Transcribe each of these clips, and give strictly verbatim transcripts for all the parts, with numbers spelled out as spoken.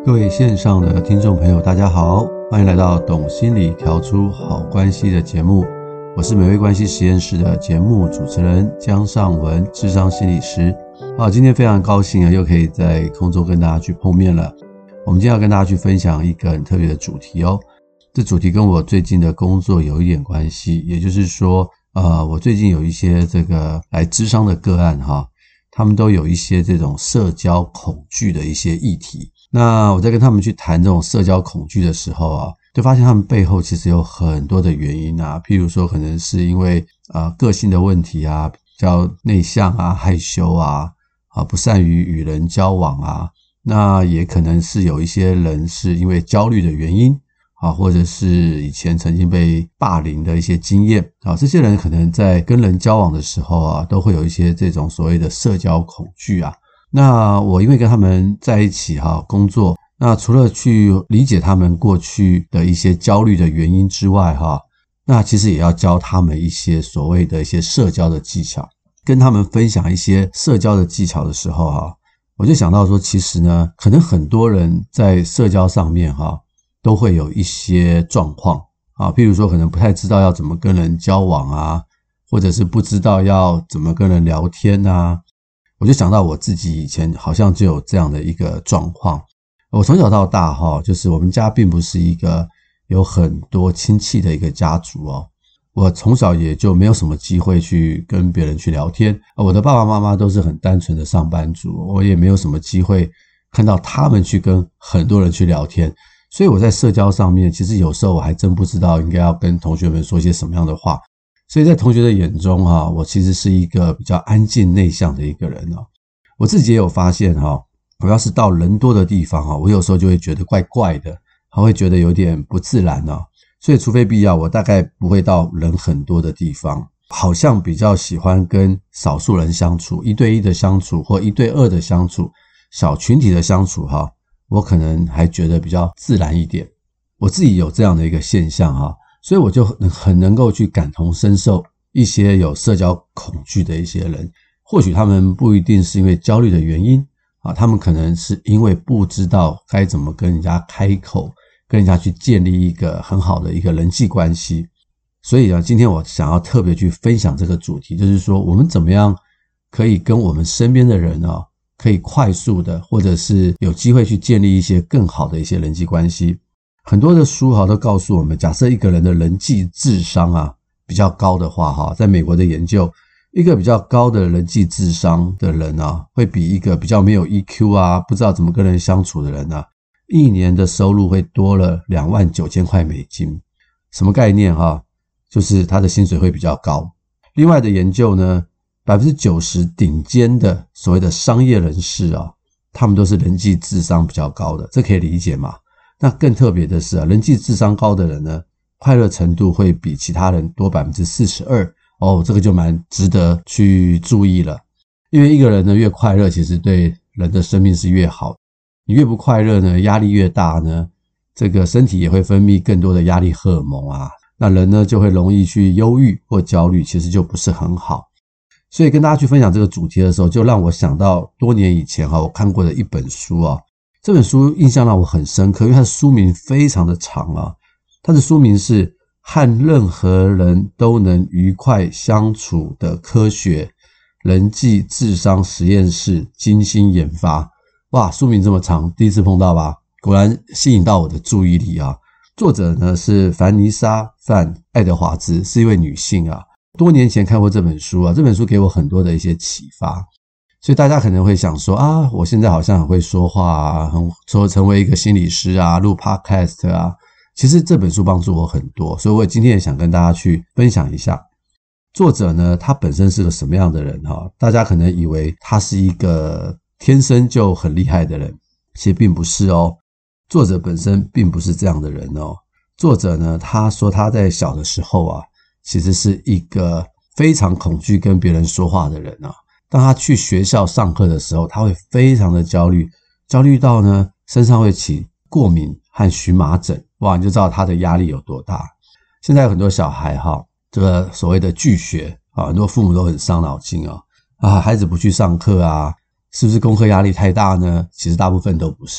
各位线上的听众朋友大家好，欢迎来到懂心理调出好关系的节目，我是美味关系实验室的节目主持人江尚文，諮商心理师。好，今天非常高兴啊，又可以在空中跟大家去碰面了。我们今天要跟大家去分享一个很特别的主题哦，这主题跟我最近的工作有一点关系，也就是说呃，我最近有一些这个来諮商的个案哈，他们都有一些这种社交恐惧的一些议题。那我在跟他们去谈这种社交恐惧的时候啊，就发现他们背后其实有很多的原因啊，譬如说可能是因为呃个性的问题啊，比较内向啊、害羞啊、啊不善于与人交往啊，那也可能是有一些人是因为焦虑的原因啊，或者是以前曾经被霸凌的一些经验啊，这些人可能在跟人交往的时候啊，都会有一些这种所谓的社交恐惧啊。那我因为跟他们在一起哈工作，那除了去理解他们过去的一些焦虑的原因之外哈，那其实也要教他们一些所谓的一些社交的技巧，跟他们分享一些社交的技巧的时候哈，我就想到说，其实呢，可能很多人在社交上面哈都会有一些状况啊，譬如说可能不太知道要怎么跟人交往啊，或者是不知道要怎么跟人聊天啊。我就想到我自己以前好像就有这样的一个状况。我从小到大齁，就是我们家并不是一个有很多亲戚的一个家族哦。我从小也就没有什么机会去跟别人去聊天。我的爸爸妈妈都是很单纯的上班族，我也没有什么机会看到他们去跟很多人去聊天。所以我在社交上面，其实有时候我还真不知道应该要跟同学们说些什么样的话。所以在同学的眼中哈，我其实是一个比较安静内向的一个人哦。我自己也有发现哈，我要是到人多的地方哈，我有时候就会觉得怪怪的，还会觉得有点不自然哦。所以除非必要，我大概不会到人很多的地方，好像比较喜欢跟少数人相处，一对一的相处或一对二的相处，小群体的相处哈，我可能还觉得比较自然一点。我自己有这样的一个现象哈。所以我就很能够去感同身受一些有社交恐惧的一些人，或许他们不一定是因为焦虑的原因啊，他们可能是因为不知道该怎么跟人家开口，跟人家去建立一个很好的一个人际关系。所以啊，今天我想要特别去分享这个主题，就是说我们怎么样可以跟我们身边的人啊，可以快速的或者是有机会去建立一些更好的一些人际关系。很多的书哈都告诉我们，假设一个人的人际智商啊比较高的话哈，在美国的研究，一个比较高的人际智商的人啊，会比一个比较没有 E Q 啊，不知道怎么跟人相处的人啊，一年的收入会多了两万九千块美金。什么概念哈？就是他的薪水会比较高。另外的研究呢， 百分之九十 顶尖的所谓的商业人士啊，他们都是人际智商比较高的，这可以理解吗？那更特别的是啊，人际智商高的人呢，快乐程度会比其他人多 百分之四十二。 哦，这个就蛮值得去注意了。因为一个人呢越快乐，其实对人的生命是越好。你越不快乐呢，压力越大呢，这个身体也会分泌更多的压力荷尔蒙啊，那人呢就会容易去忧郁或焦虑，其实就不是很好。所以跟大家去分享这个主题的时候，就让我想到多年以前哈，我看过的一本书啊。这本书印象让我很深刻，因为它的书名非常的长啊。它的书名是《和任何人都能愉快相处的科学人际智商实验室精心研发》。哇，书名这么长，第一次碰到吧？果然吸引到我的注意力啊。作者呢是凡妮莎·范·爱德华兹，是一位女性啊。多年前看过这本书啊，这本书给我很多的一些启发。所以大家可能会想说啊，我现在好像很会说话啊，很说成为一个心理师啊，录 podcast 啊。其实这本书帮助我很多，所以我今天也想跟大家去分享一下。作者呢，他本身是个什么样的人哈？大家可能以为他是一个天生就很厉害的人，其实并不是哦。作者本身并不是这样的人哦。作者呢，他说他在小的时候啊，其实是一个非常恐惧跟别人说话的人啊。当他去学校上课的时候，他会非常的焦虑，焦虑到呢身上会起过敏和荨麻疹。哇，你就知道他的压力有多大。现在有很多小孩哈，这个所谓的拒学啊，很多父母都很伤脑筋啊。啊，孩子不去上课啊，是不是功课压力太大呢？其实大部分都不是。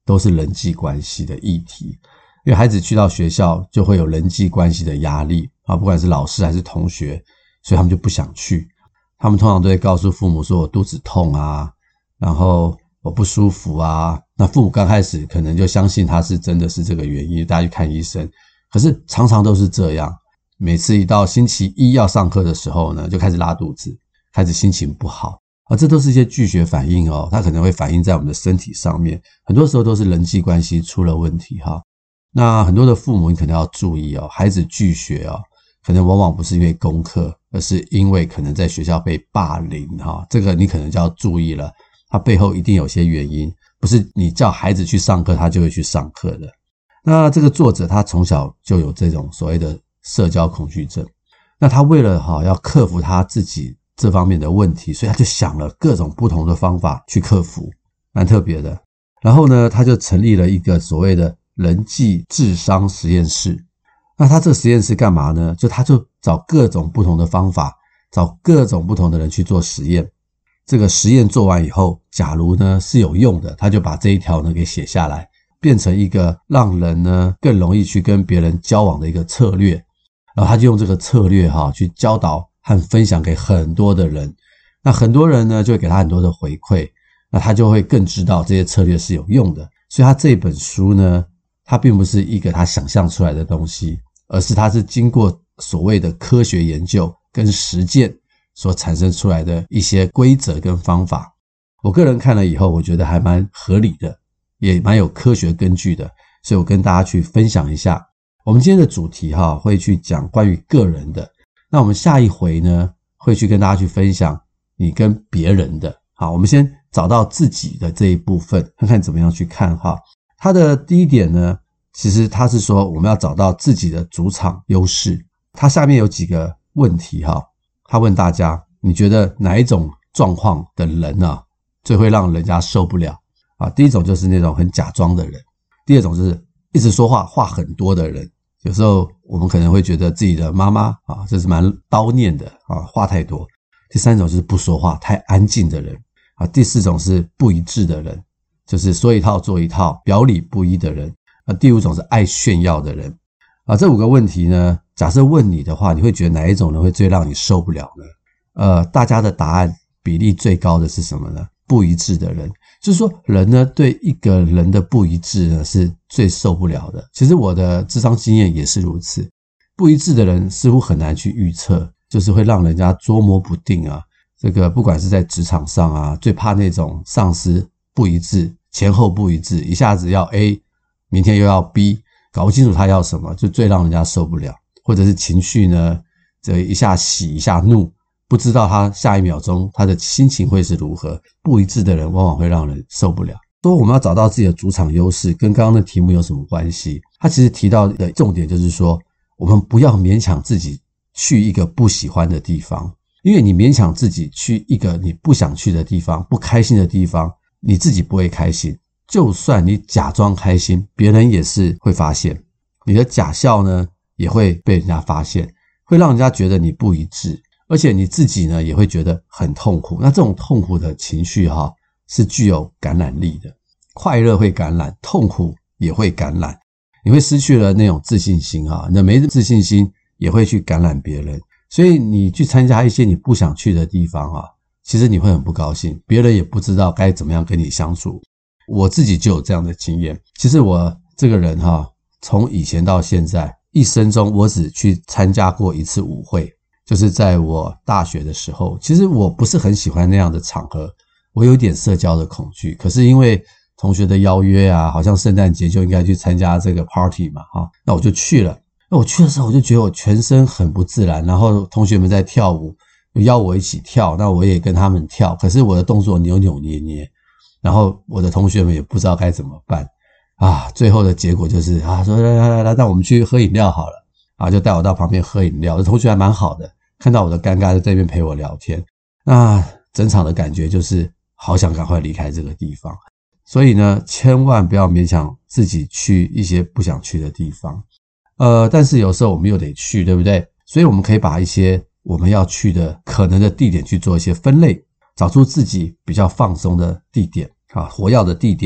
都是人际关系的议题。因为孩子去到学校就会有人际关系的压力啊，不管是老师还是同学，所以他们就不想去。他们通常都会告诉父母说我肚子痛啊，然后我不舒服啊，那父母刚开始可能就相信他是真的是这个原因，大家去看医生。可是常常都是这样，每次一到星期一要上课的时候呢，就开始拉肚子，开始心情不好啊，这都是一些拒绝反应哦，它可能会反映在我们的身体上面，很多时候都是人际关系出了问题哈。那很多的父母你可能要注意哦，孩子拒学哦，可能往往不是因为功课，而是因为可能在学校被霸凌哈，这个你可能就要注意了，它背后一定有些原因，不是你叫孩子去上课他就会去上课的。那这个作者他从小就有这种所谓的社交恐惧症，那他为了哈要克服他自己这方面的问题，所以他就想了各种不同的方法去克服，蛮特别的。然后呢，他就成立了一个所谓的人际智商实验室。那他这个实验室干嘛呢？就他就找各种不同的方法，找各种不同的人去做实验。这个实验做完以后，假如呢是有用的，他就把这一条呢给写下来，变成一个让人呢更容易去跟别人交往的一个策略。然后他就用这个策略哈去教导和分享给很多的人。那很多人呢就会给他很多的回馈，那他就会更知道这些策略是有用的。所以他这本书呢，它并不是一个他想象出来的东西，而是它是经过所谓的科学研究跟实践所产生出来的一些规则跟方法。我个人看了以后，我觉得还蛮合理的，也蛮有科学根据的，所以我跟大家去分享一下。我们今天的主题哈会去讲关于个人的，那我们下一回呢会去跟大家去分享你跟别人的。好，我们先找到自己的这一部分，看看怎么样去看哈。它的第一点呢，其实它是说我们要找到自己的主场优势。它下面有几个问题哈，他问大家，你觉得哪一种状况的人啊最会让人家受不了啊？第一种就是那种很假装的人，第二种就是一直说话话很多的人，有时候我们可能会觉得自己的妈妈啊，这是蛮叨念的啊，话太多。第三种就是不说话太安静的人啊，第四种是不一致的人，就是说一套做一套，表里不一的人啊，第五种是爱炫耀的人啊。这五个问题呢，假设问你的话，你会觉得哪一种人会最让你受不了呢？呃，大家的答案比例最高的是什么呢？不一致的人，就是说人呢对一个人的不一致呢是最受不了的。其实我的諮商经验也是如此，不一致的人似乎很难去预测，就是会让人家捉摸不定啊。这个不管是在职场上啊，最怕那种上司不一致，前后不一致，一下子要 A， 明天又要 B， 搞不清楚他要什么，就最让人家受不了。或者是情绪呢，这一下喜一下怒，不知道他下一秒钟他的心情会是如何。不一致的人往往会让人受不了。说我们要找到自己的主场优势，跟刚刚的题目有什么关系？他其实提到的重点就是说，我们不要勉强自己去一个不喜欢的地方，因为你勉强自己去一个你不想去的地方，不开心的地方，你自己不会开心。就算你假装开心，别人也是会发现。你的假笑呢，也会被人家发现，会让人家觉得你不一致。而且你自己呢也会觉得很痛苦，那这种痛苦的情绪哈是具有感染力的，快乐会感染，痛苦也会感染，你会失去了那种自信心哈，那没自信心也会去感染别人，所以你去参加一些你不想去的地方啊，其实你会很不高兴，别人也不知道该怎么样跟你相处。我自己就有这样的经验，其实我这个人哈，从以前到现在，一生中我只去参加过一次舞会。就是在我大学的时候，其实我不是很喜欢那样的场合，我有点社交的恐惧，可是因为同学的邀约啊，好像圣诞节就应该去参加这个 party 嘛，哈，那我就去了。那我去的时候，我就觉得我全身很不自然，然后同学们在跳舞，邀我一起跳，那我也跟他们跳，可是我的动作扭扭捏捏，然后我的同学们也不知道该怎么办啊。最后的结果就是啊，说来来来来，那我们去喝饮料好了啊，就带我到旁边喝饮料。我的同学还蛮好的，看到我的尴尬就在那边陪我聊天。那整场的感觉就是好想赶快离开这个地方。所以呢，千万不要勉强自己去一些不想去的地方。呃，但是有时候我们又得去，对不对？所以我们可以把一些我们要去的可能的地点去做一些分类，找出自己比较放松的地点啊，活跃的地点，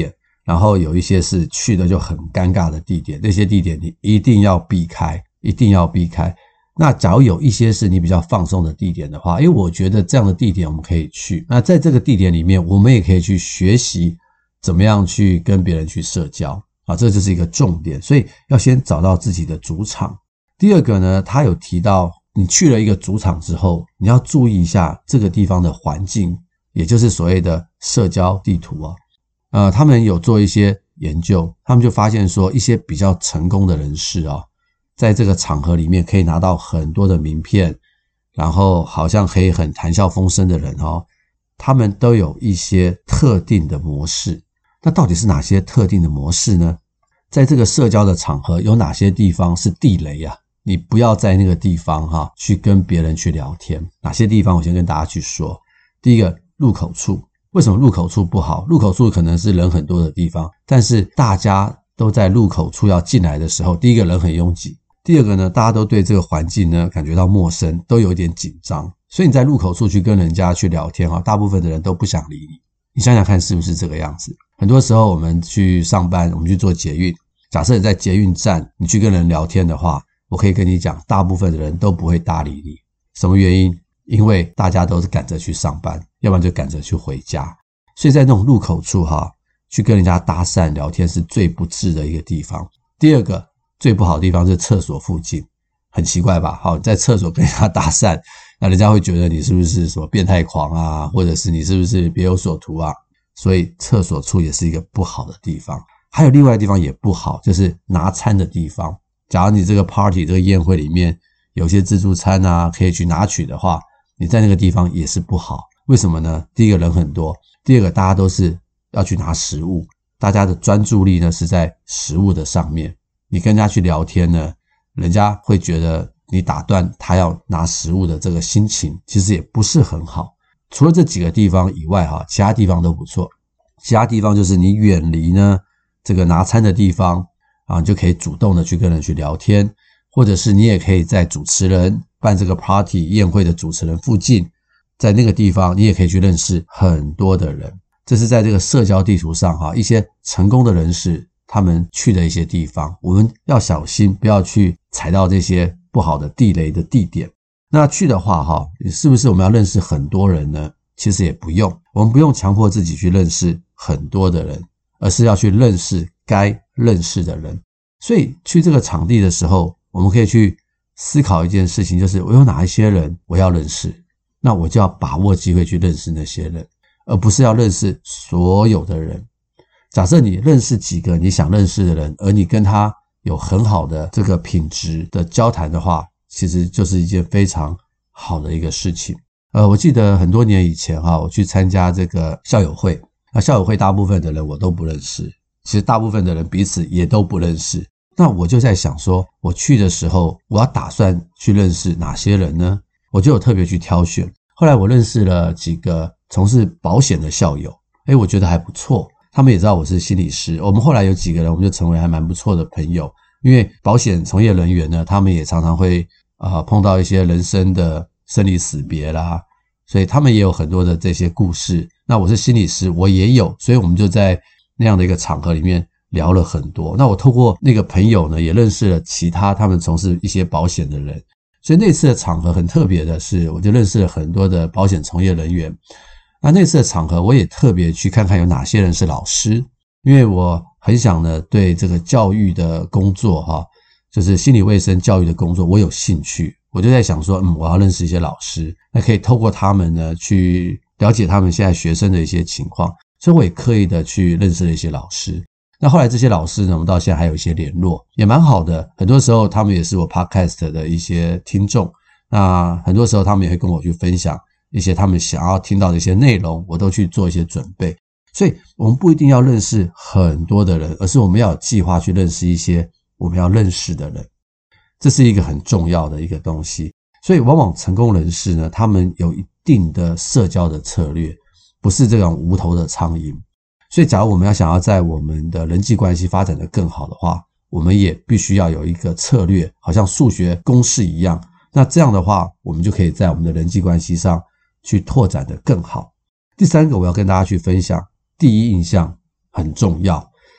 然后有一些是去的就很尴尬的地点，那些地点你一定要避开，一定要避开。那假如有一些是你比较放松的地点的话，因为我觉得这样的地点我们可以去，那在这个地点里面我们也可以去学习怎么样去跟别人去社交啊，这就是一个重点，所以要先找到自己的主场。第二个呢，他有提到你去了一个主场之后，你要注意一下这个地方的环境，也就是所谓的社交地图啊。呃，他们有做一些研究，他们就发现说一些比较成功的人士啊，在这个场合里面可以拿到很多的名片，然后好像可以很谈笑风生的人哦，他们都有一些特定的模式。那到底是哪些特定的模式呢？在这个社交的场合有哪些地方是地雷啊？你不要在那个地方哈、啊、去跟别人去聊天。哪些地方我先跟大家去说。第一个，入口处。为什么入口处不好？入口处可能是人很多的地方，但是大家都在入口处要进来的时候，第一个人很拥挤，第二个呢，大家都对这个环境呢感觉到陌生，都有点紧张，所以你在入口处去跟人家去聊天大部分的人都不想理你。你想想看是不是这个样子？很多时候我们去上班，我们去做捷运，假设你在捷运站你去跟人聊天的话，我可以跟你讲，大部分的人都不会搭理你。什么原因？因为大家都是赶着去上班，要不然就赶着去回家。所以在那种入口处哈，去跟人家搭讪聊天是最不智的一个地方。第二个最不好的地方是厕所附近，很奇怪吧？好，在厕所跟人家搭讪，那人家会觉得你是不是什么变态狂啊，或者是你是不是别有所图啊？所以厕所处也是一个不好的地方。还有另外的地方也不好，就是拿餐的地方。假如你这个 party 这个宴会里面有些自助餐啊可以去拿取的话，你在那个地方也是不好。为什么呢？第一个人很多，第二个大家都是要去拿食物，大家的专注力呢是在食物的上面。你跟人家去聊天呢，人家会觉得你打断他要拿食物的这个心情，其实也不是很好。除了这几个地方以外哈，其他地方都不错。其他地方就是你远离呢这个拿餐的地方啊，你就可以主动的去跟人去聊天，或者是你也可以在主持人办这个 party 宴会的主持人附近，在那个地方你也可以去认识很多的人。这是在这个社交地图上哈，一些成功的人士他们去的一些地方，我们要小心不要去踩到这些不好的地雷的地点。那去的话哈，是不是我们要认识很多人呢？其实也不用，我们不用强迫自己去认识很多的人，而是要去认识该认识的人。所以去这个场地的时候，我们可以去思考一件事情，就是我有哪一些人我要认识，那我就要把握机会去认识那些人，而不是要认识所有的人。假设你认识几个你想认识的人，而你跟他有很好的这个品质的交谈的话，其实就是一件非常好的一个事情。呃，我记得很多年以前哈，我去参加这个校友会，那校友会大部分的人我都不认识，其实大部分的人彼此也都不认识。那我就在想说，我去的时候我要打算去认识哪些人呢？我就有特别去挑选。后来我认识了几个从事保险的校友，诶，我觉得还不错，他们也知道我是心理师，我们后来有几个人我们就成为还蛮不错的朋友。因为保险从业人员呢，他们也常常会呃碰到一些人生的生离死别啦，所以他们也有很多的这些故事。那我是心理师，我也有，所以我们就在那样的一个场合里面聊了很多。那我透过那个朋友呢，也认识了其他他们从事一些保险的人。所以那次的场合很特别的是，我就认识了很多的保险从业人员。那那次的场合我也特别去看看有哪些人是老师，因为我很想呢对这个教育的工作哈，就是心理卫生教育的工作我有兴趣。我就在想说嗯，我要认识一些老师，那可以透过他们呢去了解他们现在学生的一些情况，所以我也刻意的去认识了一些老师。那后来这些老师呢，我们到现在还有一些联络，也蛮好的。很多时候他们也是我 podcast 的一些听众，那很多时候他们也会跟我去分享一些他们想要听到的一些内容，我都去做一些准备。所以我们不一定要认识很多的人，而是我们要有计划去认识一些我们要认识的人，这是一个很重要的一个东西。所以往往成功人士呢，他们有一定的社交的策略，不是这种无头的苍蝇。所以假如我们要想要在我们的人际关系发展得更好的话，我们也必须要有一个策略，好像数学公式一样。那这样的话，我们就可以在我们的人际关系上去拓展得更好。第三个我要跟大家去分享，第一印象很重要。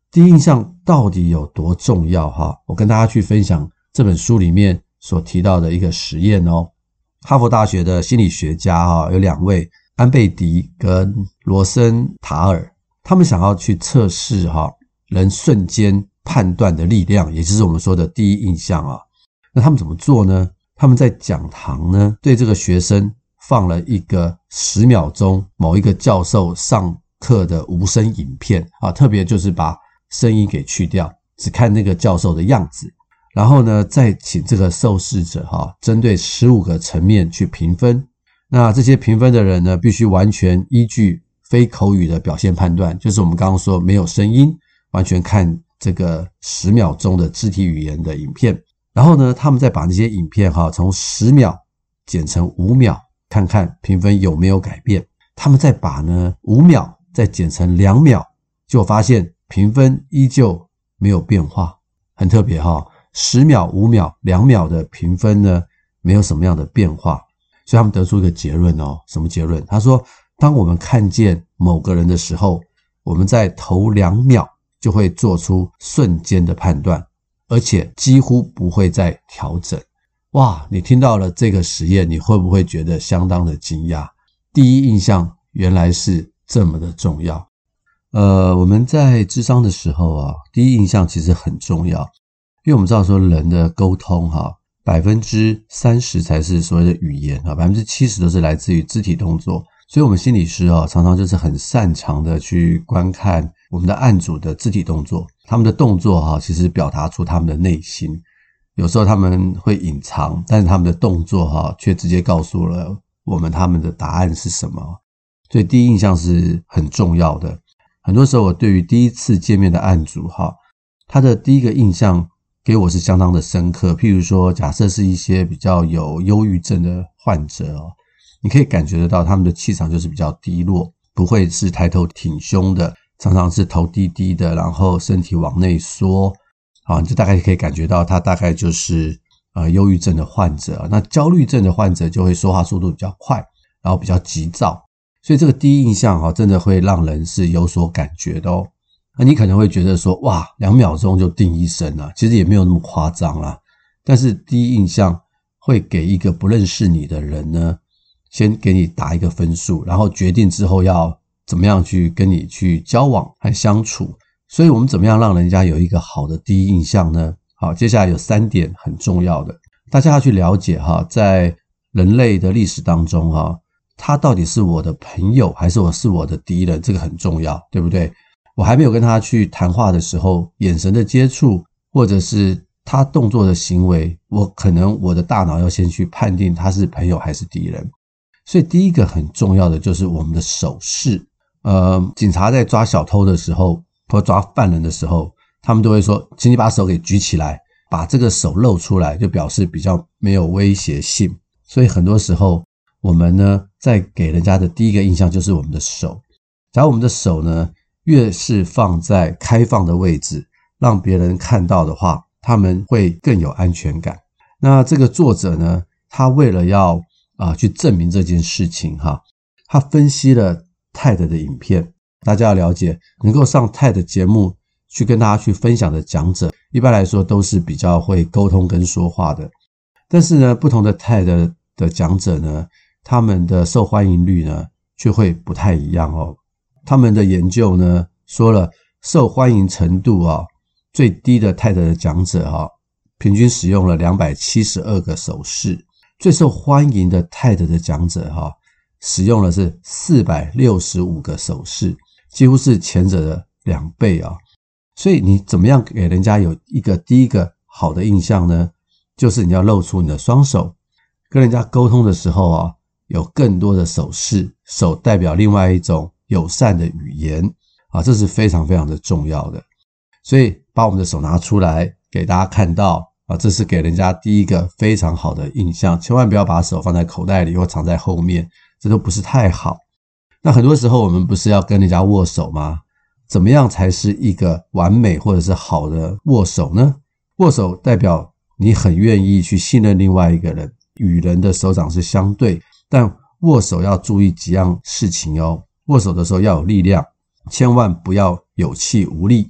第一印象到底有多重要哈？我跟大家去分享这本书里面所提到的一个实验哦。哈佛大学的心理学家哈有两位，安贝迪跟罗森塔尔，他们想要去测试哈人瞬间判断的力量，也就是我们说的第一印象啊。那他们怎么做呢？他们在讲堂呢，对这个学生放了一个十秒钟某一个教授上课的无声影片啊，特别就是把声音给去掉，只看那个教授的样子。然后呢，再请这个受试者哈，针对十五个层面去评分。那这些评分的人呢，必须完全依据非口语的表现判断，就是我们刚刚说没有声音，完全看这个十秒钟的肢体语言的影片。然后呢，他们再把那些影片哈从十秒减成五秒，看看评分有没有改变。他们再把呢五秒再减成两秒，就发现评分依旧没有变化。很特别哈，十秒、五秒、两秒的评分呢没有什么样的变化。所以他们得出一个结论哦，什么结论？他说，当我们看见某个人的时候，我们在头两秒就会做出瞬间的判断，而且几乎不会再调整。哇，你听到了这个实验，你会不会觉得相当的惊讶？第一印象原来是这么的重要。呃，我们在諮商的时候啊，第一印象其实很重要，因为我们知道说人的沟通哈，百分之三十才是所谓的语言啊，百分之七十都是来自于肢体动作。所以我们心理师啊，常常就是很擅长的去观看我们的案主的肢体动作，他们的动作哈，其实表达出他们的内心。有时候他们会隐藏，但是他们的动作哈，却直接告诉了我们他们的答案是什么。所以第一印象是很重要的。很多时候我对于第一次见面的案主哈，他的第一个印象给我是相当的深刻。譬如说，假设是一些比较有忧郁症的患者哦，你可以感觉得到他们的气场就是比较低落，不会是抬头挺胸的，常常是头低低的，然后身体往内缩。好，你就大概可以感觉到他大概就是呃忧郁症的患者。那焦虑症的患者就会说话速度比较快，然后比较急躁。所以这个第一印象哈，真的会让人是有所感觉的哦。那你可能会觉得说，哇，两秒钟就定一生了，其实也没有那么夸张啦。但是第一印象会给一个不认识你的人呢，先给你打一个分数，然后决定之后要怎么样去跟你去交往和相处。所以我们怎么样让人家有一个好的第一印象呢？好，接下来有三点很重要的，大家要去了解哈，在人类的历史当中哈，他到底是我的朋友还是我是我的敌人，这个很重要，对不对？我还没有跟他去谈话的时候，眼神的接触或者是他动作的行为，我可能我的大脑要先去判定他是朋友还是敌人。所以第一个很重要的就是我们的手势。呃，警察在抓小偷的时候或抓犯人的时候，他们都会说，请你把手给举起来，把这个手露出来，就表示比较没有威胁性。所以很多时候我们呢，在给人家的第一个印象就是我们的手。假如我们的手呢，越是放在开放的位置，让别人看到的话，他们会更有安全感。那这个作者呢，他为了要啊、呃、去证明这件事情哈，他分析了 T E D 的影片。大家要了解，能够上 T E D 节目去跟大家去分享的讲者，一般来说都是比较会沟通跟说话的。但是呢，不同的 T E D 的讲者呢，他们的受欢迎率呢，却会不太一样哦。他们的研究呢，说了受欢迎程度啊，最低的 T E D 的讲者哈，平均使用了两百七十二个手势，最受欢迎的 T E D 的讲者哈，使用的是四百六十五个手势，几乎是前者的两倍啊。所以你怎么样给人家有一个第一个好的印象呢？就是你要露出你的双手，跟人家沟通的时候啊，有更多的手势，手代表另外一种友善的语言啊，这是非常非常的重要的。所以把我们的手拿出来给大家看到啊，这是给人家第一个非常好的印象。千万不要把手放在口袋里或藏在后面，这都不是太好。那很多时候我们不是要跟人家握手吗？怎么样才是一个完美或者是好的握手呢？握手代表你很愿意去信任另外一个人，与人的手掌是相对，但握手要注意几样事情哦。握手的时候要有力量，千万不要有气无力。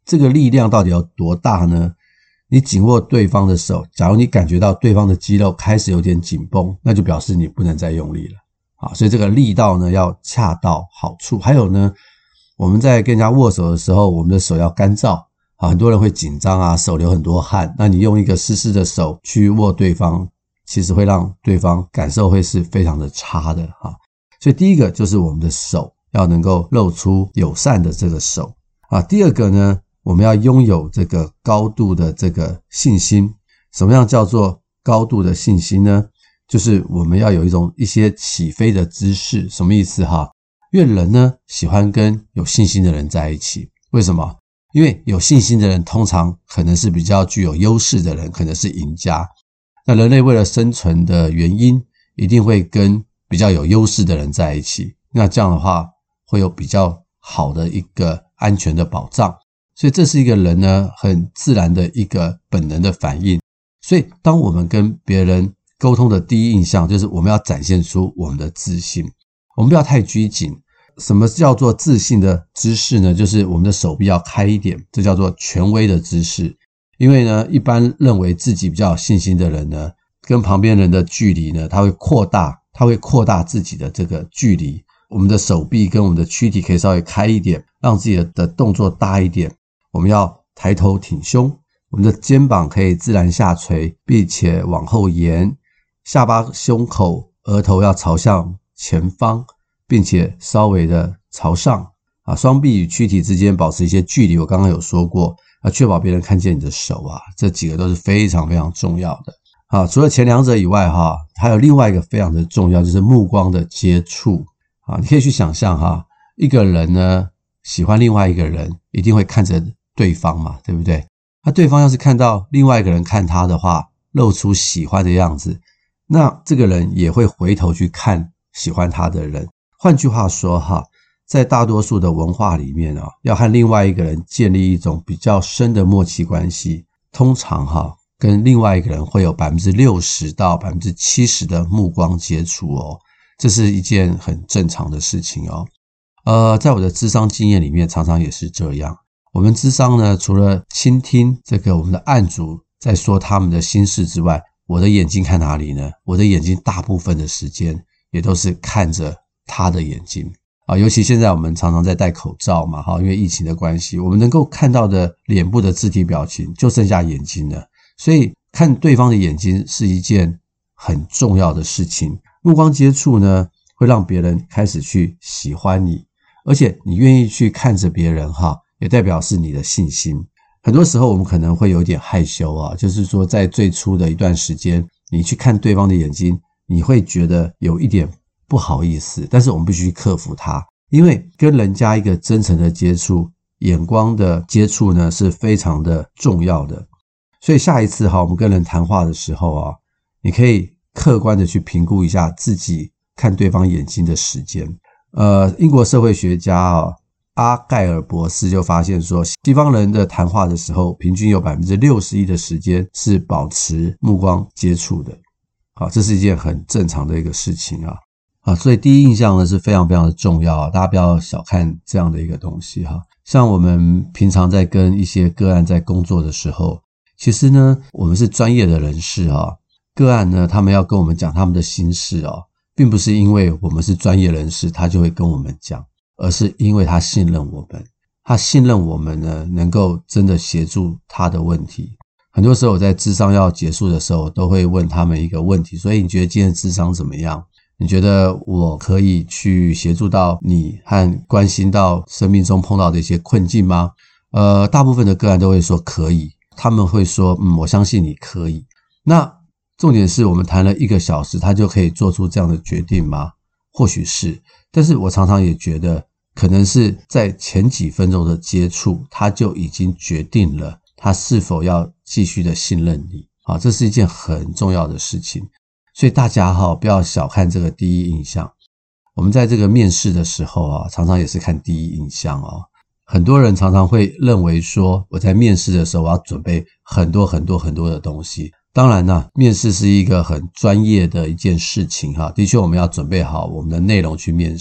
这个力量到底有多大呢？你紧握对方的手，假如你感觉到对方的肌肉开始有点紧绷，那就表示你不能再用力了。好，所以这个力道呢要恰到好处。还有呢，我们在跟人家握手的时候，我们的手要干燥。好，很多人会紧张啊，手流很多汗，那你用一个湿湿的手去握对方，其实会让对方感受会是非常的差的哈。所以第一个就是我们的手要能够露出友善的这个手啊。第二个呢，我们要拥有这个高度的这个信心。什么样叫做高度的信心呢？就是我们要有一种一些起飞的姿势。什么意思哈？因为人呢喜欢跟有信心的人在一起。为什么？因为有信心的人通常可能是比较具有优势的人，可能是赢家。那人类为了生存的原因，一定会跟比较有优势的人在一起。那这样的话会有比较好的一个安全的保障。所以这是一个人呢很自然的一个本能的反应。所以当我们跟别人沟通的第一印象，就是我们要展现出我们的自信，我们不要太拘谨。什么叫做自信的姿势呢？就是我们的手臂要开一点，这叫做权威的姿势。因为呢，一般认为自己比较有信心的人呢，跟旁边人的距离呢，他会扩大，他会扩大自己的这个距离。我们的手臂跟我们的躯体可以稍微开一点，让自己的动作大一点。我们要抬头挺胸，我们的肩膀可以自然下垂，并且往后延，下巴、胸口、额头要朝向前方，并且稍微的朝上啊，双臂与躯体之间保持一些距离。我刚刚有说过，要确保别人看见你的手啊，这几个都是非常非常重要的。好，除了前两者以外哈，还有另外一个非常的重要，就是目光的接触啊。你可以去想象哈，一个人呢喜欢另外一个人，一定会看着对方嘛，对不对？那对方要是看到另外一个人看他的话，露出喜欢的样子，那这个人也会回头去看喜欢他的人。换句话说哈，在大多数的文化里面啊，要和另外一个人建立一种比较深的默契关系，通常哈跟另外一个人会有 百分之六十 到 百分之七十 的目光接触哦，这是一件很正常的事情哦。呃，在我的諮商经验里面，常常也是这样。我们諮商呢，除了倾听这个我们的案主在说他们的心事之外，我的眼睛看哪里呢？我的眼睛大部分的时间也都是看着他的眼睛啊，尤其现在我们常常在戴口罩嘛，哈，因为疫情的关系，我们能够看到的脸部的肢体表情就剩下眼睛了，所以看对方的眼睛是一件很重要的事情。目光接触呢，会让别人开始去喜欢你，而且你愿意去看着别人哈，也代表是你的信心。很多时候我们可能会有点害羞啊，就是说在最初的一段时间，你去看对方的眼睛，你会觉得有一点不好意思，但是我们必须克服它，因为跟人家一个真诚的接触，眼光的接触呢是非常的重要的。所以下一次哈，我们跟人谈话的时候啊，你可以客观的去评估一下自己看对方眼睛的时间。呃，英国社会学家啊阿盖尔博士就发现说，西方人的谈话的时候，平均有 百分之六十一 的时间是保持目光接触的。好，这是一件很正常的一个事情啊。啊，所以第一印象呢是非常非常的重要啊，大家不要小看这样的一个东西哈。像我们平常在跟一些个案在工作的时候，其实呢我们是专业的人士啊，个案呢他们要跟我们讲他们的心事啊，并不是因为我们是专业人士他就会跟我们讲，而是因为他信任我们，他信任我们呢能够真的协助他的问题。很多时候我在諮商要结束的时候，都会问他们一个问题，所以你觉得今天的諮商怎么样？你觉得我可以去协助到你和关心到生命中碰到的一些困境吗？呃，大部分的个案都会说可以，他们会说嗯，我相信你可以。那重点是我们谈了一个小时，他就可以做出这样的决定吗？或许是，但是我常常也觉得可能是在前几分钟的接触，他就已经决定了他是否要继续的信任你。好，这是一件很重要的事情。所以大家哈不要小看这个第一印象。我们在这个面试的时候啊，常常也是看第一印象哦。很多人常常会认为说，我在面试的时候我要准备很多很多很多的东西。当然呢，面试是一个很专业的一件事情哈，的确我们要准备好我们的内容去面试。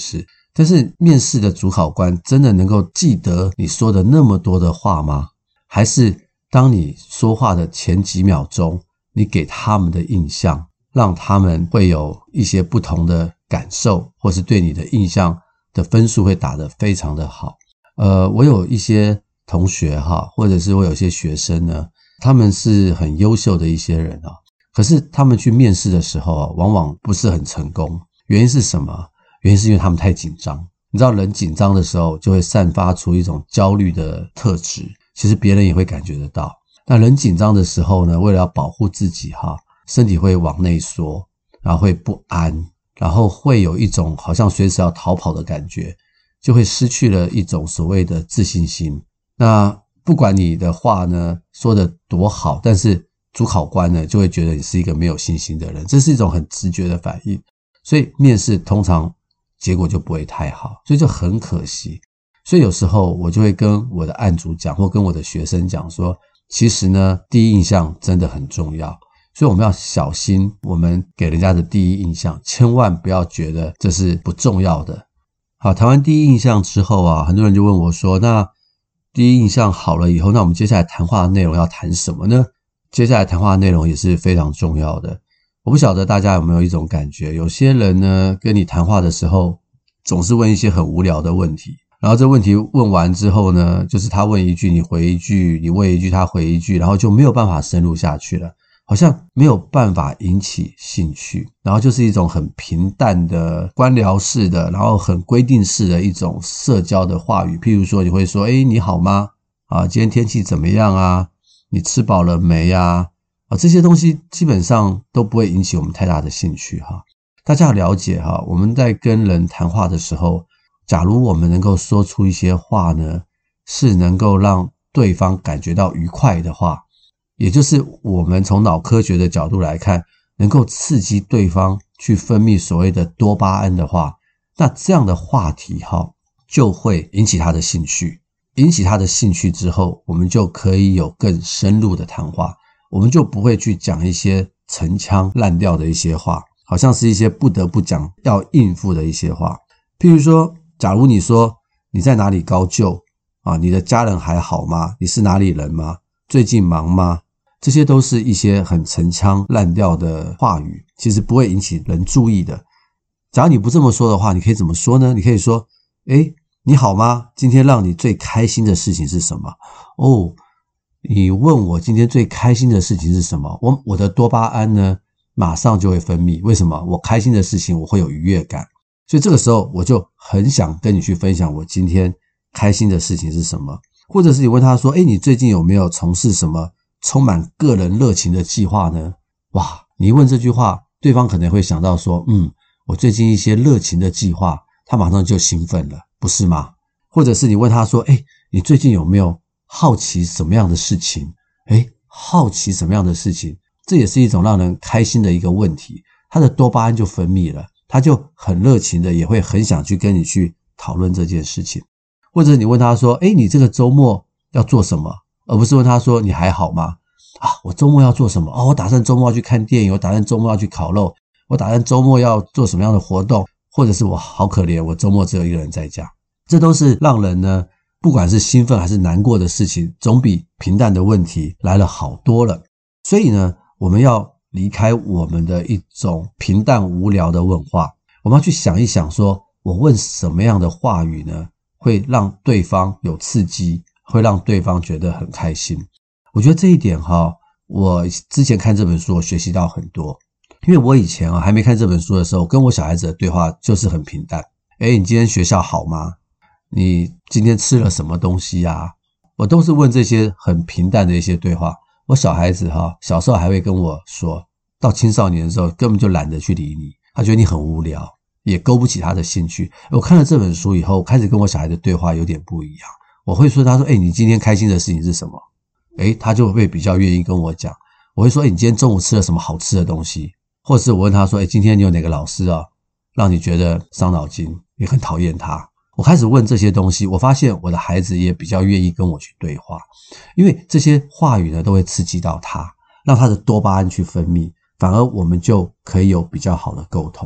但是面试的主考官真的能够记得你说的那么多的话吗？还是当你说话的前几秒钟，你给他们的印象让他们会有一些不同的感受，或是对你的印象的分数会打得非常的好。呃，我有一些同学哈，或者是我有一些学生呢，他们是很优秀的一些人啊，可是他们去面试的时候啊，往往不是很成功。原因是什么？原因是因为他们太紧张。你知道人紧张的时候就会散发出一种焦虑的特质，其实别人也会感觉得到。那人紧张的时候呢，为了要保护自己哈，身体会往内缩，然后会不安，然后会有一种好像随时要逃跑的感觉，就会失去了一种所谓的自信心。那不管你的话呢说得多好，但是主考官呢就会觉得你是一个没有信心的人，这是一种很直觉的反应，所以面试通常结果就不会太好，所以就很可惜。所以有时候我就会跟我的案主讲，或跟我的学生讲说，其实呢第一印象真的很重要，所以我们要小心我们给人家的第一印象，千万不要觉得这是不重要的。好，谈完第一印象之后啊，很多人就问我说，那第一印象好了以后，那我们接下来谈话的内容要谈什么呢？接下来谈话的内容也是非常重要的。我不晓得大家有没有一种感觉，有些人呢跟你谈话的时候总是问一些很无聊的问题，然后这问题问完之后呢，就是他问一句你回一句，你问一句他回一句，然后就没有办法深入下去了，好像没有办法引起兴趣，然后就是一种很平淡的官僚式的，然后很规定式的一种社交的话语。譬如说你会说，诶，你好吗？啊，今天天气怎么样啊？你吃饱了没啊？啊，这些东西基本上都不会引起我们太大的兴趣哈。大家要了解哈，我们在跟人谈话的时候，假如我们能够说出一些话呢，是能够让对方感觉到愉快的话，也就是我们从脑科学的角度来看，能够刺激对方去分泌所谓的多巴胺的话，那这样的话题哈，就会引起他的兴趣。引起他的兴趣之后，我们就可以有更深入的谈话，我们就不会去讲一些陈腔滥调的一些话，好像是一些不得不讲要应付的一些话。譬如说，假如你说你在哪里高就啊，你的家人还好吗？你是哪里人吗？最近忙吗？这些都是一些很陈腔滥调的话语，其实不会引起人注意的。假如你不这么说的话，你可以怎么说呢？你可以说，诶，你好吗？今天让你最开心的事情是什么？哦，你问我今天最开心的事情是什么？我我的多巴胺呢，马上就会分泌。为什么？我开心的事情我会有愉悦感，所以这个时候我就很想跟你去分享我今天开心的事情是什么。或者是你问他说，诶，你最近有没有从事什么充满个人热情的计划呢？哇，你一问这句话，对方可能会想到说，嗯，我最近一些热情的计划，他马上就兴奋了，不是吗？或者是你问他说，诶，你最近有没有好奇什么样的事情？诶，好奇什么样的事情？这也是一种让人开心的一个问题，他的多巴胺就分泌了，他就很热情的，也会很想去跟你去讨论这件事情。或者你问他说，诶，你这个周末要做什么？而不是问他说，你还好吗？啊，我周末要做什么？哦，我打算周末要去看电影，我打算周末要去烤肉，我打算周末要做什么样的活动？或者是我好可怜，我周末只有一个人在家。这都是让人呢，不管是兴奋还是难过的事情，总比平淡的问题来了好多了。所以呢，我们要离开我们的一种平淡无聊的问话，我们要去想一想说，我问什么样的话语呢，会让对方有刺激，会让对方觉得很开心。我觉得这一点哈，我之前看这本书我学习到很多。因为我以前啊还没看这本书的时候，跟我小孩子的对话就是很平淡。诶，你今天学校好吗？你今天吃了什么东西啊？我都是问这些很平淡的一些对话。我小孩子哈，小时候还会跟我说，到青少年的时候根本就懒得去理你，他觉得你很无聊，也勾不起他的兴趣。我看了这本书以后，开始跟我小孩的对话有点不一样。我会说，他说，诶，你今天开心的事情是什么？诶，他就会比较愿意跟我讲。我会说，诶，你今天中午吃了什么好吃的东西？或者是我问他说，诶，今天你有哪个老师啊，让你觉得伤脑筋，你很讨厌他？我开始问这些东西，我发现我的孩子也比较愿意跟我去对话，因为这些话语呢都会刺激到他，让他的多巴胺去分泌，反而我们就可以有比较好的沟通。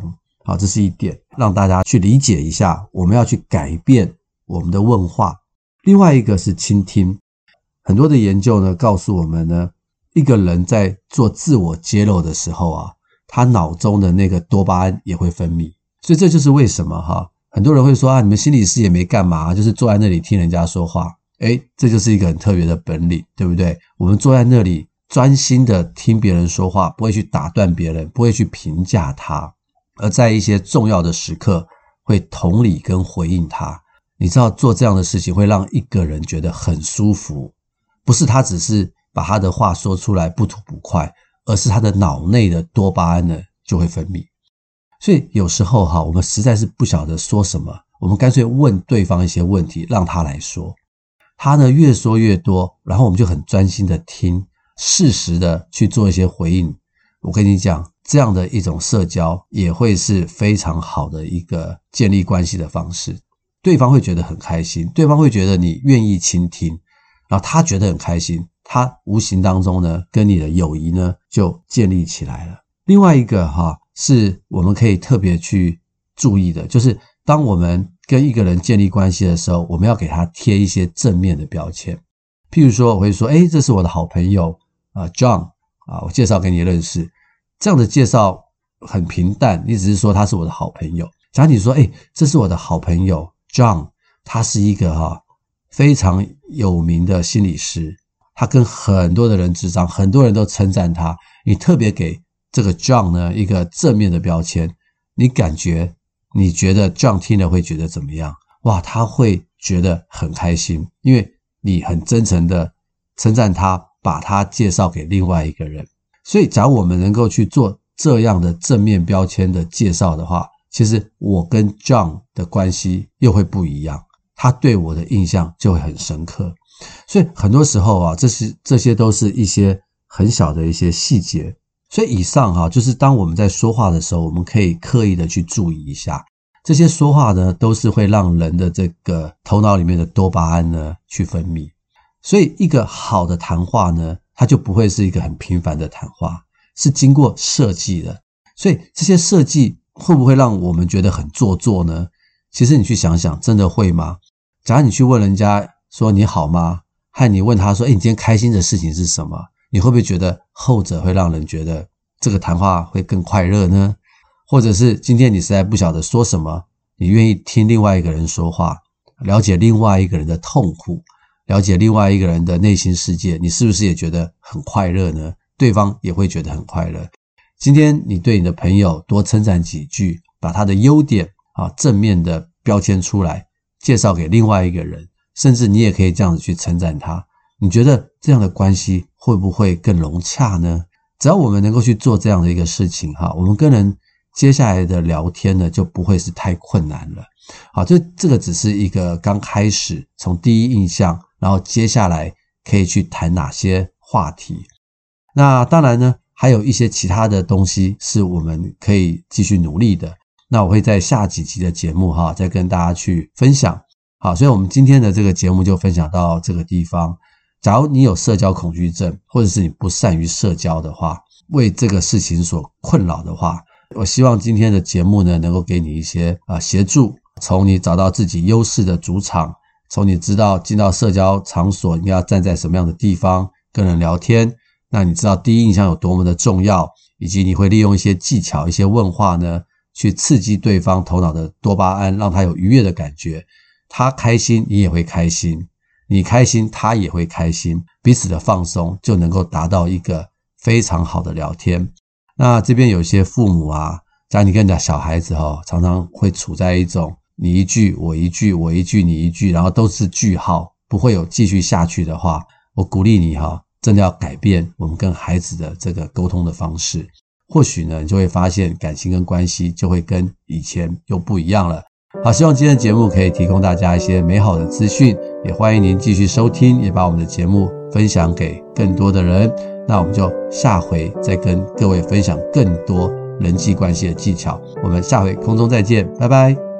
好，这是一点，让大家去理解一下，我们要去改变我们的问话。另外一个是倾听，很多的研究呢告诉我们呢，一个人在做自我揭露的时候啊，他脑中的那个多巴胺也会分泌，所以这就是为什么哈，很多人会说啊，你们心理师也没干嘛，就是坐在那里听人家说话。诶，这就是一个很特别的本领，对不对？我们坐在那里专心的听别人说话，不会去打断别人，不会去评价他，而在一些重要的时刻会同理跟回应他。你知道做这样的事情会让一个人觉得很舒服，不是他只是把他的话说出来不吐不快，而是他的脑内的多巴胺呢就会分泌。所以有时候哈，我们实在是不晓得说什么，我们干脆问对方一些问题，让他来说。他呢越说越多，然后我们就很专心的听，适时的去做一些回应。我跟你讲，这样的一种社交也会是非常好的一个建立关系的方式。对方会觉得很开心，对方会觉得你愿意倾听，然后他觉得很开心，他无形当中呢跟你的友谊呢就建立起来了。另外一个哈，是我们可以特别去注意的，就是当我们跟一个人建立关系的时候，我们要给他贴一些正面的标签。譬如说我会说，诶，这是我的好朋友啊 John 啊，我介绍给你认识。这样的介绍很平淡，你只是说他是我的好朋友。假如你说，诶，这是我的好朋友 John， 他是一个哈非常有名的心理师，他跟很多的人智商，很多人都称赞他，你特别给这个 John 呢一个正面的标签，你感觉你觉得 John 听了会觉得怎么样？哇，他会觉得很开心，因为你很真诚的称赞他，把他介绍给另外一个人。所以假如我们能够去做这样的正面标签的介绍的话，其实我跟 John 的关系又会不一样，他对我的印象就会很深刻。所以很多时候啊，这是这些都是一些很小的一些细节。所以以上哈，就是当我们在说话的时候，我们可以刻意的去注意一下，这些说话呢都是会让人的这个头脑里面的多巴胺呢去分泌。所以一个好的谈话呢，它就不会是一个很平凡的谈话，是经过设计的。所以这些设计会不会让我们觉得很做作呢？其实你去想想，真的会吗？假如你去问人家说你好吗，和你问他说，诶，你今天开心的事情是什么？你会不会觉得后者会让人觉得这个谈话会更快乐呢？或者是今天你实在不晓得说什么，你愿意听另外一个人说话，了解另外一个人的痛苦，了解另外一个人的内心世界，你是不是也觉得很快乐呢？对方也会觉得很快乐。今天你对你的朋友多称赞几句，把他的优点啊正面的标签出来，介绍给另外一个人，甚至你也可以这样子去称赞他。你觉得这样的关系会不会更融洽呢？只要我们能够去做这样的一个事情哈，我们跟人接下来的聊天呢就不会是太困难了。好，这这个只是一个刚开始，从第一印象，然后接下来可以去谈哪些话题。那当然呢，还有一些其他的东西是我们可以继续努力的。那我会在下几集的节目哈，再跟大家去分享。好，所以我们今天的这个节目就分享到这个地方。假如你有社交恐惧症，或者是你不善于社交的话，为这个事情所困扰的话，我希望今天的节目呢能够给你一些啊协助，从你找到自己优势的主场，从你知道进到社交场所应该要站在什么样的地方跟人聊天，那你知道第一印象有多么的重要，以及你会利用一些技巧，一些问话呢去刺激对方头脑的多巴胺，让他有愉悦的感觉，他开心你也会开心，你开心他也会开心，彼此的放松就能够达到一个非常好的聊天。那这边有些父母啊，假如你跟你的小孩子哦，常常会处在一种你一句我一句我一句你一句，然后都是句号，不会有继续下去的话，我鼓励你哈，真的要改变我们跟孩子的这个沟通的方式，或许呢你就会发现感情跟关系就会跟以前又不一样了。好，希望今天的节目可以提供大家一些美好的资讯，也欢迎您继续收听，也把我们的节目分享给更多的人。那我们就下回再跟各位分享更多人际关系的技巧，我们下回空中再见，拜拜。